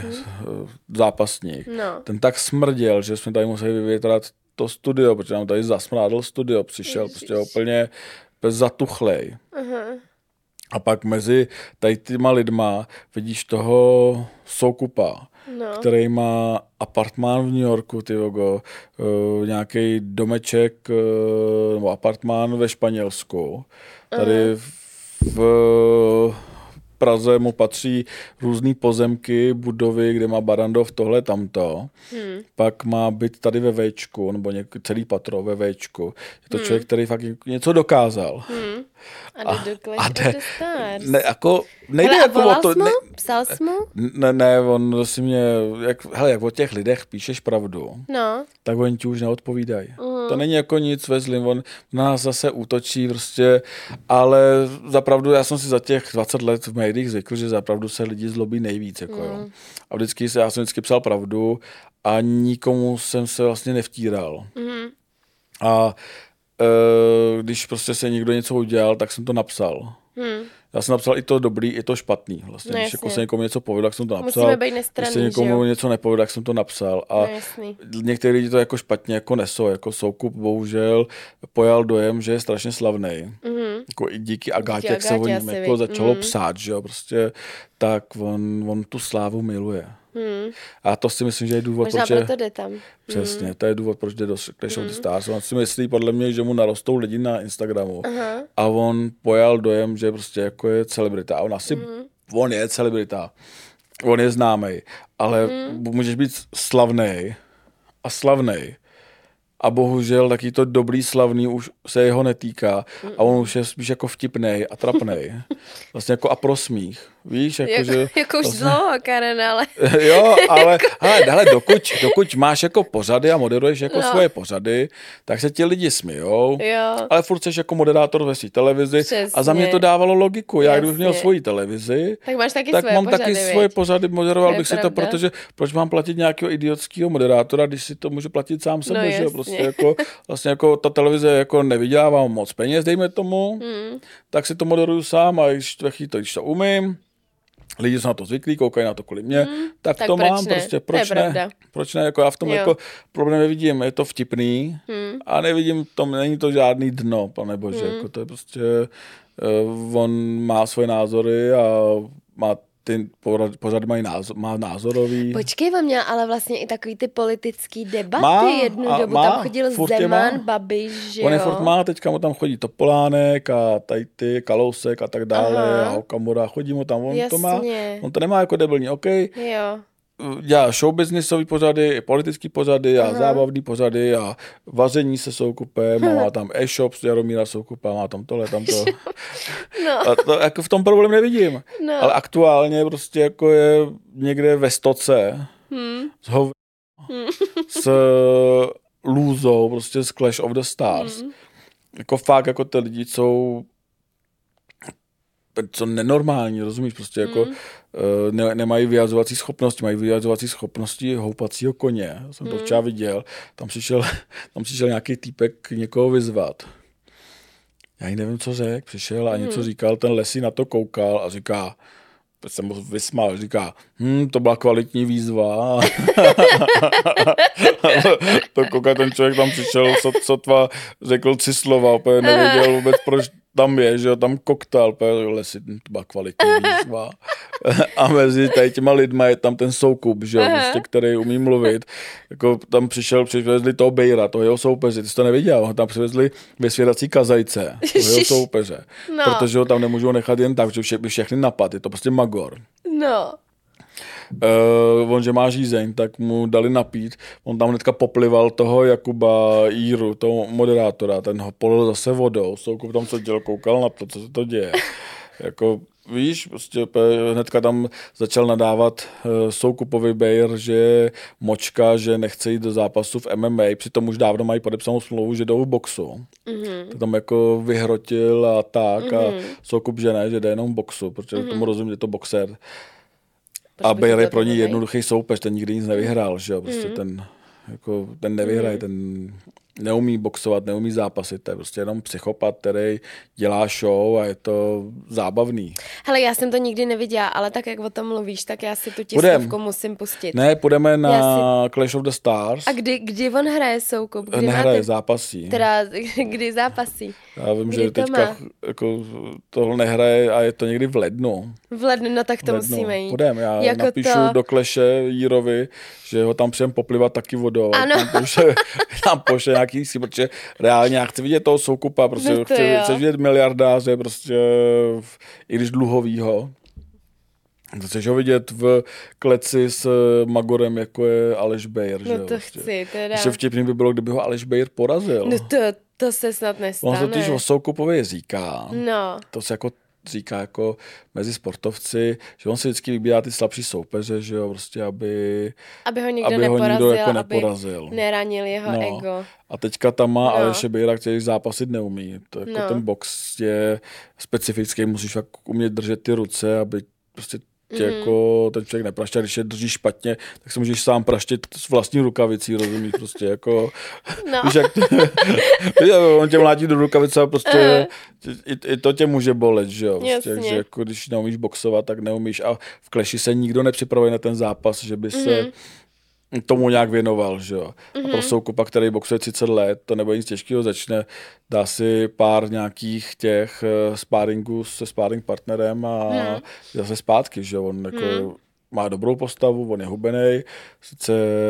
zápasník. No. Ten tak smrděl, že jsme tady museli vyvětrat to studio, protože nám tady zasmrádl studio, přišel prostě úplně zatuchlej. A pak mezi tady těma lidma vidíš toho Soukupa, který má apartmán v New Yorku, nějaký domeček nebo apartmán ve Španělsku. Tady v Praze mu patří různý pozemky, budovy, kde má Barandov tohle, tamto. Pak má být tady ve Véčku, nebo celý patro ve Véčku. Je to člověk, který fakt něco dokázal. A jde do Clash of the Stars. Ne, jako, nejde hele, jako o to. Psal jsi mu? Ne, on si mě, jak o těch lidech píšeš pravdu, tak oni ti už neodpovídají. To není jako nic ve zlým, on na nás zase útočí prostě, ale zapravdu já jsem si za těch 20 let v médiích zvykl, že zapravdu se lidi zlobí nejvíc. Jako, jo. A já jsem vždycky psal pravdu a nikomu jsem se vlastně nevtíral. A když prostě se někdo něco udělal, tak jsem to napsal. Já jsem napsal i to dobrý, i to špatný. Vlastně. Když jako se někomu něco povedl, tak jsem to napsal. Musíme být nestranný, když se někomu něco nepovedl, tak jsem to napsal. A někteří lidi to jako špatně jako nesou. Jako Soukup bohužel pojal dojem, že je strašně slavnej. Jako i díky Agátě, jak se o ním jako začalo psát, že jo, prostě, tak on tu slávu miluje. A to si myslím, že je důvod, možná proto jde tam. Přesně, to je důvod, proč jde do Clash of the Stars. On si myslí podle mě, že mu narostou lidi na Instagramu. A on pojal dojem, že prostě jako je celebrita. A on je celebrita. On je známej. Ale můžeš být slavnej a slavnej. A bohužel taky to dobrý slavný už se jeho netýká a on už je spíš jako vtipnej a trapnej. Vlastně jako a pro smích. Víš, jako už vlastně dlouho, Karen, ale... Jo, ale dokud máš jako pořady a moderuješ jako svoje pořady, tak se ti lidi smějou, ale furt jsi jako moderátor ve své televizi. Přesně. A za mě to dávalo logiku. Já kdybych měl svoji televizi, tak máš taky tak svoje mám pořady, taky svoje pořady, moderoval bych si to, protože proč mám platit nějakého idiotského moderátora, když si to můžu platit sám sebe, že prostě jako, vlastně jako ta televize jako nevydělává moc peněz, dejme tomu, tak si to moderuju sám a když to umím, lidi jsou na to zvyklí, koukají na to kvůli mě, tak to mám ne? Prostě, proč ne, jako já v tom jako problém nevidím, je to vtipný a nevidím tom, není to žádný dno, pane bože, jako to je prostě, on má svoje názory a má ty pořady má názorový. Počkej, on měl ale vlastně i takový ty politický debaty jednu dobu. Tam chodil Zeman, Babiš, že jo? On je furt má, teďka mu tam chodí Topolánek a tady ty Kalousek a tak dále a Okamura, chodí mu tam, on to má, on to nemá jako debilní, OK? Jo. Dělá showbiznisový pořady, politický pořady a zábavný pořady a vaření se Soukupem, má tam e-shop s Jaromíra Soukupa, má tam tohle, tamto. A to jako v tom problém nevidím. Ale aktuálně prostě jako je někde ve stoce s lůzou, prostě z Clash of the Stars. Jako fakt jako ty lidi jsou co nenormální, rozumíš, prostě jako nemají vyjadřovací schopnosti, mají vyjadřovací schopnosti houpacího koně. Já jsem to včera viděl, tam přišel nějaký týpek někoho vyzvat. Já nevím, co řekl, přišel a něco říkal, ten Lesy na to koukal a říká, jsem mu vysmál, říká, to byla kvalitní výzva. To koukaj, ten člověk tam přišel, sotva řekl 3 slova, úplně nevěděl vůbec, proč tam je, že jo, tam koktal, lesy, to byla kvalitní výzva. A mezi tady těma lidma je tam ten Soukup, že jo, prostě, který umí mluvit. Jako tam přivezli toho Bejra, toho jeho soupeře, ty jsi to neviděl, tam přivezli vysvědací kazajce, toho jeho soupeře, protože ho tam nemůžou nechat jen tak, že by všechny napad, je to prostě magor. No. On, že má žízeň, tak mu dali napít. On tam hnedka poplival toho Jakuba Jíru, toho moderátora, ten ho polil zase vodou. Soukup tam seděl, koukal na to, co se to děje. Jako, víš, prostě hnedka tam začal nadávat Soukupovi Bejr, že je močka, že nechce jít do zápasu v MMA, přitom už dávno mají podepsanou smlouvu, že jdou v boxu. To tam jako vyhrotil a tak a Soukup, že ne, že jde jenom v boxu, protože tomu rozumím, že je to boxer. A Bejr je pro ně jednoduchý soupeř, ten nikdy nic nevyhrál, že jo, prostě ten nevyhraje, ten neumí boxovat, neumí zápasit, to je prostě jenom psychopat, který dělá show a je to zábavný. Hele, já jsem to nikdy neviděla, ale tak, jak o tom mluvíš, tak já si tu tiskovku musím pustit. Ne, půjdeme na Clash of the Stars. A kdy on hraje Soukup? Nehraje, zápasí. Teda, kdy zápasí? Já vím, že teďka jako tohle nehraje a je to někdy v lednu. V lednu, no tak to musíme jít. Půjdeme, já jako napíšu do Claše Jírovi, že ho tam přijem poplivat taky vodou. Ano. Tam pošle nějaký si, protože reálně já chci vidět toho Soukupa, prostě chci vidět miliardáře, prostě i když dluhovýho. Chceš ho vidět v kleci s magorem, jako je Aleš Bejr. No to prostě. Chci, teda. Ještě vtipný by bylo, kdyby ho Aleš Bejr porazil. No to se snad nestane. On se totiž o Soukupovi říká. No. To se jako říká jako mezi sportovci, že on si vždycky vybírá ty slabší soupeře, že jo, prostě aby ho nikdo jako neporazil. Aby neranil jeho ego. A teďka tam má Aleše Bejra, který zápasit neumí. To jako ten box je specifický, musíš fakt umět držet ty ruce, aby prostě tě jako ten člověk nepraště, když je drží špatně, tak se můžeš sám praštit s vlastní rukavicí, rozumíš, prostě jako, víš, jak on tě mlátí do rukavice a prostě i to tě může bolet, že jo, prostě, takže jako když neumíš boxovat, tak neumíš a v Clashi se nikdo nepřipravuje na ten zápas, že by se tomu nějak věnoval, že jo. A pro Soukupa, který boxuje 30 let, to nebude nic těžkého, začne, dá si pár nějakých těch sparingů se sparing partnerem a zase zpátky, že jo. On jako má dobrou postavu, on je hubenej, sice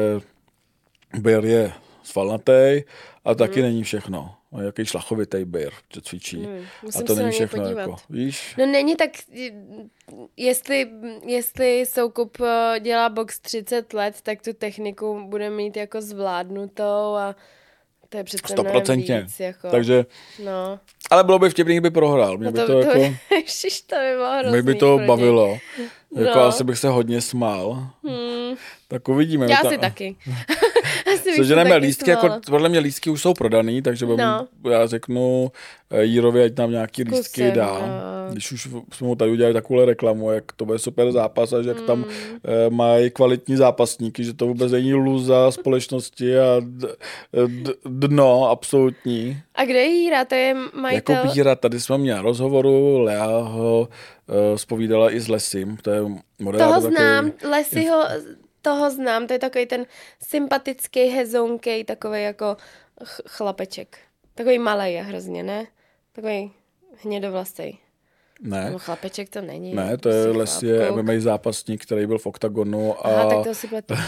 Bejr je svalnatý, ale taky není všechno. On je jaký šlachovitý Bejr, že cvičí. A to není všechno, jako, víš? No není tak, jestli Soukup dělá box 30 let, tak tu techniku bude mít jako zvládnutou a to je přece 100%. Víc, jako. Takže, no. Ale bylo by vtipný, kdyby prohrál. Mě by to jako, to by bylo hrozný. Mě by to bavilo. Jako asi bych se hodně smál. Tak uvidíme. Já si taky. Seženeme lístky, jako podle mě lístky už jsou prodaný, takže já řeknu Jírovi, ať nám nějaký lístky dá. Když už jsme mu tady udělali takovou reklamu, jak to bude super zápas a že jak tam mají kvalitní zápasníky, že to vůbec není lůza společnosti a dno absolutní. A kde je Jíra? To je majitel? Jakub Jíra, tady jsme měli rozhovoru, Lea ho zpovídala i s Lesim, to je moderátor. Toho znám, Lesiho... Toho znám, to je takový ten sympatický, hezonkej, takový jako chlapeček. Takový malej je hrozně, ne? Takový hnědovlasej. Ne. No chlapeček to není. Ne, to je Lesie MMA zápasník, který byl v OKTAGONu a tak to si pletu.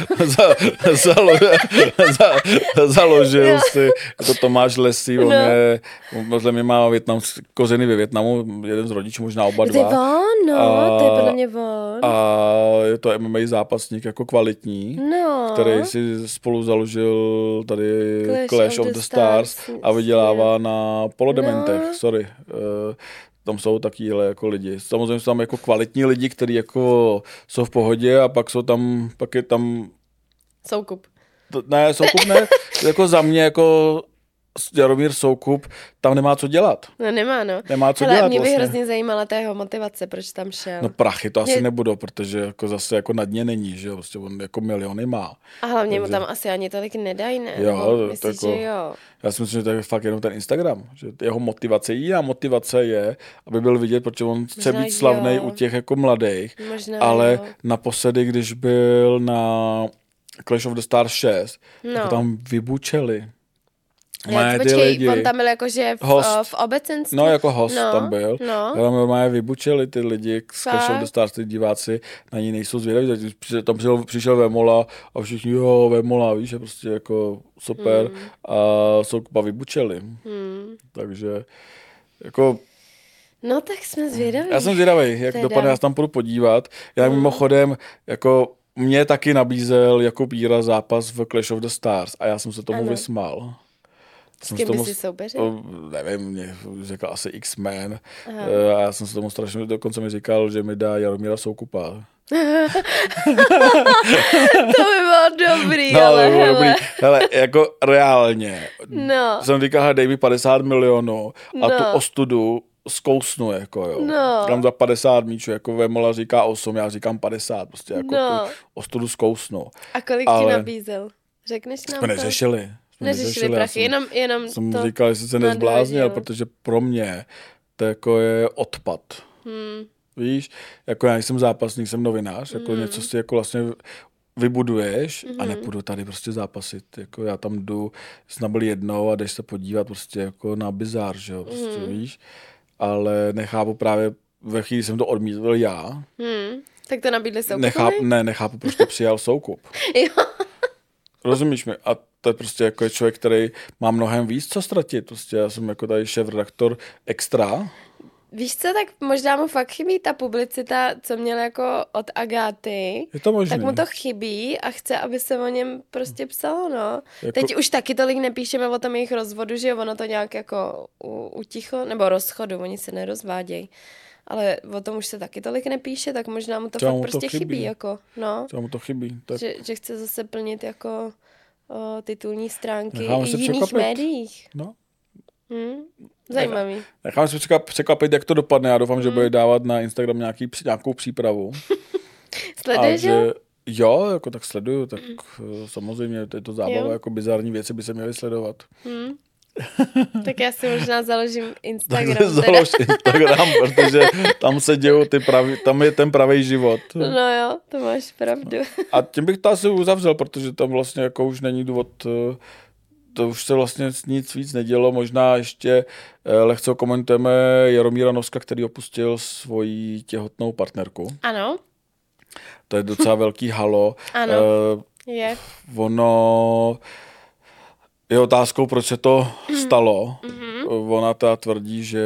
Založil si, to Tomáš Lesy, on je, možná mě má kořeny ve Vietnamu, jeden z rodičů, možná oba dva. To je podle mě on. A je to MMA zápasník jako kvalitní, který si spolu založil tady Clash of the Stars a vydělává na polodementech, sorry. Tam jsou takovýhle jako lidi. Samozřejmě jsou tam jako kvalitní lidi, kteří jako jsou v pohodě a pak Soukup. Ne, Soukup ne. Jako za mě jako Jaromír Soukup tam nemá co dělat. No nemá, no. Nemá co Hele, dělat mě by vlastně. hrozně zajímala ta jeho motivace, proč tam šel. No prachy to asi nebudou, protože jako zase jako na dně není, že jo, prostě on jako miliony má. A hlavně mu tam asi ani tolik nedají, ne? Jo, myslíš, jako, že jo? já si myslím, že to je fakt jenom ten Instagram, že jeho motivace, jiná motivace je, aby byl vidět, protože on chce být slavný u těch jako mladých, ale naposledy, když byl na Clash of the Stars 6, tak tam vybučeli. Počkej, on tam byl jakože v obecenství? No, jako host tam byl. Tam normálně vybučeli ty lidi z Clash of the Stars, ty diváci na ní nejsou zvědaví. Tam přišel Vémola a všichni, jo, Vémola, víš, je prostě jako super. A Soukupa vybučeli. Takže jako... No tak jsme zvědaví. Já jsem zvědavý, jak dopadne, já se tam půjdu podívat. Já mimochodem, jako mě taky nabízel Jakub Jíra zápas v Clash of the Stars a já jsem se tomu vysmál. S kým by si soupeřil? Nevím, mě řekl asi X-Men. A já jsem se tomu strašně, dokonce mi říkal, že mi dá Jaromíra Soukupa. To by bylo dobrý, no, ale dobrý. Hele, jako reálně. Jsem říkal, dej mi 50 milionů a tu ostudu zkousnu, jako jo. Tam za 50 míčů, jako Vémola říká 8, já říkám 50, prostě jako tu ostudu zkousnu. A kolik ti nabízel? Řekneš nám to? Jsme neřešili. Neřešili prachy, jenom jsem to říkal, jestli se nezbláznil, protože pro mě to jako je odpad. Víš, jako já jsem zápasník, jsem novinář, jako něco si jako vlastně vybuduješ a nepůjdu tady prostě zápasit. Jako já tam jdu, jsem byl jednou a jdeš se podívat prostě jako na bizár, že jo, prostě, víš. Ale nechápu právě, ve chvíli jsem to odmítl já. Tak to nabídli Soukupovi? Nechápu, proč to přijal Soukup. Rozumíš mi? A to je prostě jako člověk, který má mnohem víc co ztratit. Prostě já jsem jako tady šéfredaktor Extra. Víš co, tak možná mu fakt chybí ta publicita, co měl jako od Agáty. Je to možný. Tak mu to chybí a chce, aby se o něm prostě psalo, no. Jako... Teď už taky tolik nepíšeme o tom jejich rozvodu, že ono to nějak jako utichlo, nebo rozchodu, oni se nerozvádějí. Ale o tom už se taky tolik nepíše, tak možná mu to fakt prostě chybí, jako, no. Třeba mu to chybí. Tak... Že chce zase plnit jako titulní stránky i v jiných médiích. No. Zajímavý. Necháme se překvapit, jak to dopadne. Já doufám, že bude dávat na Instagram nějakou přípravu. Sleduješ, jo? Jo, jako tak sleduju, tak samozřejmě je to zábava, jako bizarní věci by se měly sledovat. Tak já si možná založím Instagram. Tak založ Instagram, protože tam se dějou tam je ten pravý život. No jo, to máš pravdu. A tím bych to asi uzavřel, protože tam vlastně jako už není důvod, to už se vlastně nic víc nedělo. Možná ještě lehce komentujeme Jaromíra Noska, který opustil svoji těhotnou partnerku. Ano. To je docela velký halo. Ano, je. Ono je otázkou, proč se to stalo. Ona teda tvrdí, že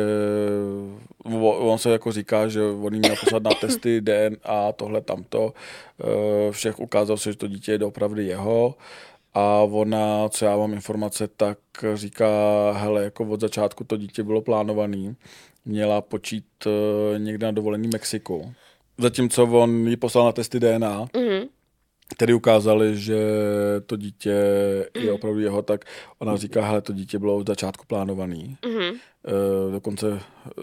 on se jako říká, že on jí měl poslat na testy DNA, tohle, tamto. Všech ukázalo se, že to dítě je opravdu jeho. A ona, co já mám informace, tak říká, hele, jako od začátku to dítě bylo plánovaný. Měla počít někde na dovolený Mexiku. Zatímco on jí poslal na testy DNA, který ukázali, že to dítě je opravdu jeho, tak ona říká, hele, to dítě bylo od začátku plánovaný. Dokonce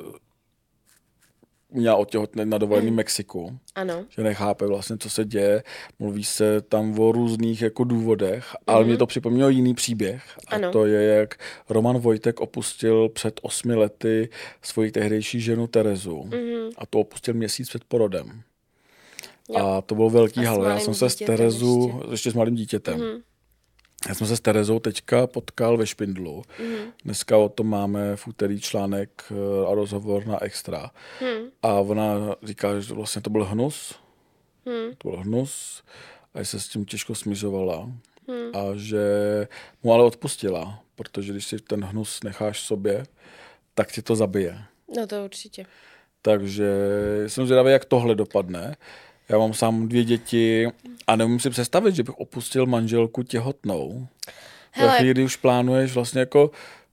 měla otěhotnět na dovolený Mexiku. Ano. Že nechápe vlastně, co se děje. Mluví se tam o různých jako důvodech, ale mě to připomnělo jiný příběh. A to je, jak Roman Vojtek opustil před 8 lety svoji tehdejší ženu Terezu. A to opustil měsíc před porodem. Jo. A to bylo velký halo. Já jsem se s Terezou, ještě s malým dítětem. Já jsem se s Terezou teďka potkal ve Špindlu. Dneska o tom máme v úterý článek a rozhovor na Extra. A ona říká, že vlastně to byl hnus. To byl hnus a že se s tím těžko smiřovala. A že mu ale odpustila, protože když si ten hnus necháš sobě, tak ti to zabije. No to určitě. Takže jsem zvědavý, jak tohle dopadne. Já mám sám 2 děti a neumím si představit, že bych opustil manželku těhotnou. Hele, kdy už plánuješ vlastně jako...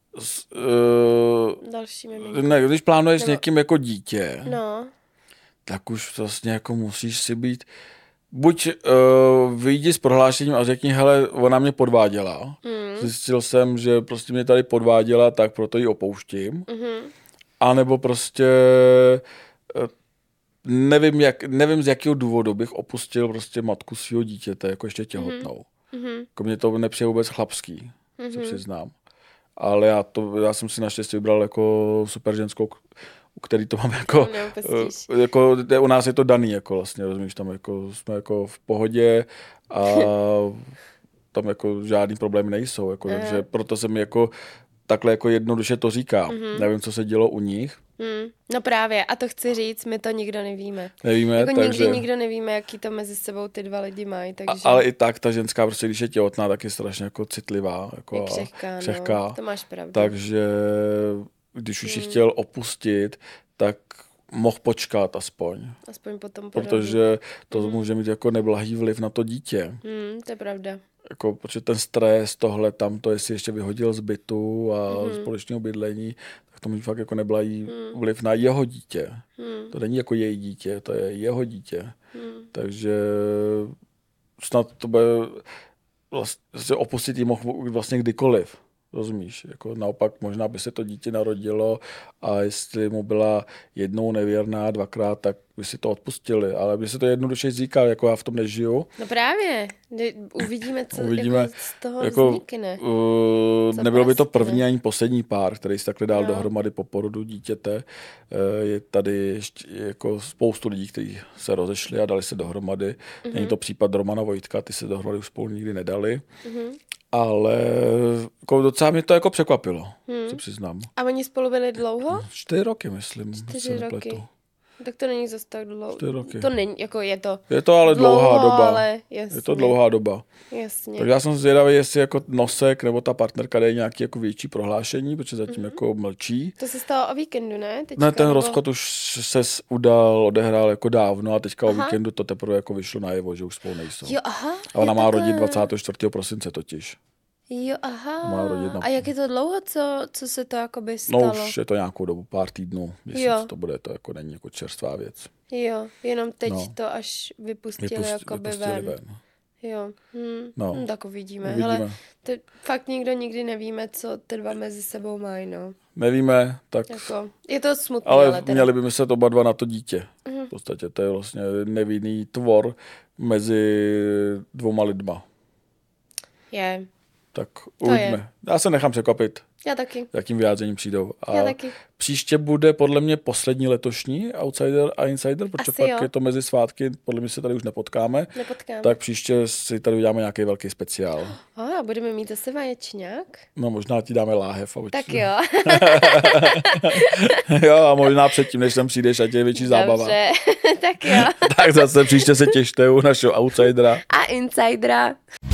další když plánuješ s někým jako dítě, tak už vlastně jako musíš si být buď vyjdi s prohlášením a řekni, hele, ona mě podváděla. Zjistil jsem, že prostě mě tady podváděla, tak proto ji opouštím. A nebo prostě nevím z jakého důvodu bych opustil prostě matku svého dítěte, jako ještě těhotnou. Jako mě to nepřijde vůbec chlapský, se přiznám. Ale já jsem si naštěstí vybral jako super ženskou, u který to mám jako u nás je to daný, jako vlastně, rozumíš, tam jako jsme jako v pohodě a tam jako žádný problémy nejsou, jako, takže proto jsem jako takhle jako jednoduše to říkám. Nevím, co se dělo u nich. No právě, a to chci říct, my to nikdo nevíme. Nevíme, jako takže... nikdy nevíme, jaký to mezi sebou ty dva lidi mají, takže... Ale i tak ta ženská prostě, když je těhotná, tak je strašně jako citlivá. Jako křehká, no, to máš pravdu. Takže když už ji chtěl opustit, tak mohl počkat aspoň. Aspoň potom protože to může mít jako neblahý vliv na to dítě. To je pravda. Jako, protože ten stres, tohle, tamto, jestli ještě vyhodil z bytu a společného bydlení, tak to může fakt jako neblahý vliv na jeho dítě. To není jako její dítě, to je jeho dítě. Takže snad to bude vlastně opustit jí mohl vlastně kdykoliv. Rozumíš? Jako naopak možná by se to dítě narodilo a jestli mu byla jednou nevěrná, dvakrát, tak by si to odpustili. Ale by se to jednoduše říkal, jako já v tom nežiju. No právě. Uvidíme, co jako z toho vznikne. Nebylo by to první ani poslední pár, který se takhle dal dohromady po porodu dítěte. Je tady ještě jako spoustu lidí, kteří se rozešli a dali se dohromady. Není to případ Romana Vojtka, ty se dohromady už spolu nikdy nedali. Ale jako docela mě to jako překvapilo, se přiznám. A oni spolu byli dlouho? 4 roky, myslím. 4 roky. Tak to není zase tak dlouho. 4 roky. To není, jako je to je to ale dlouhá doba. Ale jasně. Je to dlouhá doba. Jasně. Takže já jsem zvědavý, jestli jako Nosek nebo ta partnerka dají nějaké jako větší prohlášení, protože zatím jako mlčí. To se stalo o víkendu, ne? Teďka, ne, ten rozchod už se odehrál jako dávno a teďka o víkendu to teprve jako vyšlo najevo, že už spolu nejsou. Jo, aha. A ona má rodit 24. prosince totiž. Jo, aha. A jak je to dlouho, co se to jakoby stalo? No už je to nějakou dobu, pár týdnů, měsíc to bude, to jako není jako čerstvá věc. Jo, jenom teď to až vypustili ven. Jo, tak uvidíme. Hele, to fakt nikdy nevíme, co ty dva mezi sebou mají, no. Nevíme, tak... Jako, je to smutné, ale měli by myslet oba dva na to dítě. V podstatě to je vlastně nevinný tvor mezi 2 lidma. Je. Tak uvidíme. Já se nechám překvapit. Já taky. Jakým vyjádřením přijdou. A já taky. Příště bude podle mě poslední letošní Outsider a Insider, protože asi pak je to mezi svátky, podle mě se tady už nepotkáme. Tak příště si tady uděláme nějaký velký speciál. A budeme mít zase vaječňák? No možná ti dáme láhev. Tak jo. Jo, a možná předtím, než sem přijdeš, ať je větší zábava. Dobře, tak jo. Tak zase příště se těšte u našeho Outsidera a Insidera.